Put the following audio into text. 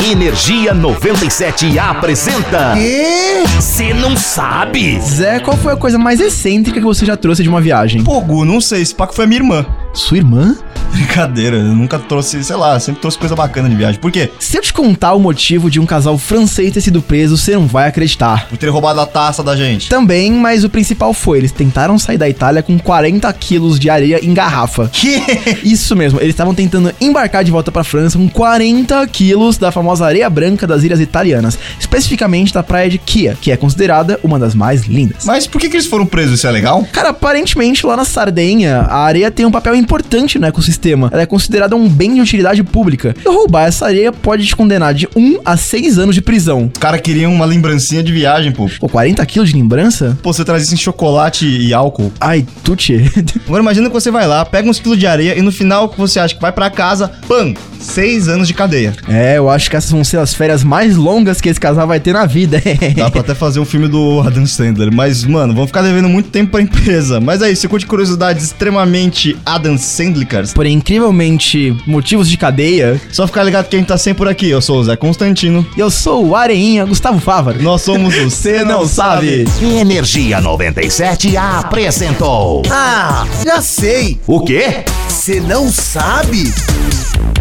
Energia 97 apresenta... Quê? Você não sabe? Zé, qual foi a coisa mais excêntrica que você já trouxe de uma viagem? Pô, Gu, não sei, esse paco foi a minha irmã. Sua irmã? Brincadeira, eu nunca trouxe, sei lá, sempre trouxe coisa bacana de viagem. Por quê? Se eu te contar o motivo de um casal francês ter sido preso, você não vai acreditar. Por ter roubado a taça da gente. Também, mas o principal foi, eles tentaram sair da Itália com 40 quilos de areia em garrafa. Que? Isso mesmo, eles estavam tentando embarcar de volta pra França com 40 quilos da famosa areia branca das ilhas italianas, especificamente da praia de Chia, que é considerada uma das mais lindas. Mas por que eles foram presos? Isso é legal? Cara, aparentemente lá na Sardenha, a areia tem um papel importante no ecossistema. Ela é considerada um bem de utilidade pública. E roubar essa areia pode te condenar de 1 a 6 anos de prisão. Os caras queriam uma lembrancinha de viagem, pô. Pô, 40 quilos de lembrança? Pô, você traz isso em chocolate e álcool. Ai, tuti. Agora imagina que você vai lá, pega uns quilos de areia e no final que você acha que vai pra casa, pam, 6 anos de cadeia. É, eu acho que essas vão ser as férias mais longas que esse casal vai ter na vida. Dá pra até fazer um filme do Adam Sandler. Mas, mano, vão ficar devendo muito tempo pra empresa. Mas aí, você curte curiosidades extremamente Adam Sandlikers? Porém, incrivelmente, motivos de cadeia. Só ficar ligado que a gente tá sempre por aqui. Eu sou o Zé Constantino. E eu sou o Areinha Gustavo Fávaro. Nós somos o Cê Não Sabe. Energia 97 apresentou... Ah, já sei. O quê? Você não sabe?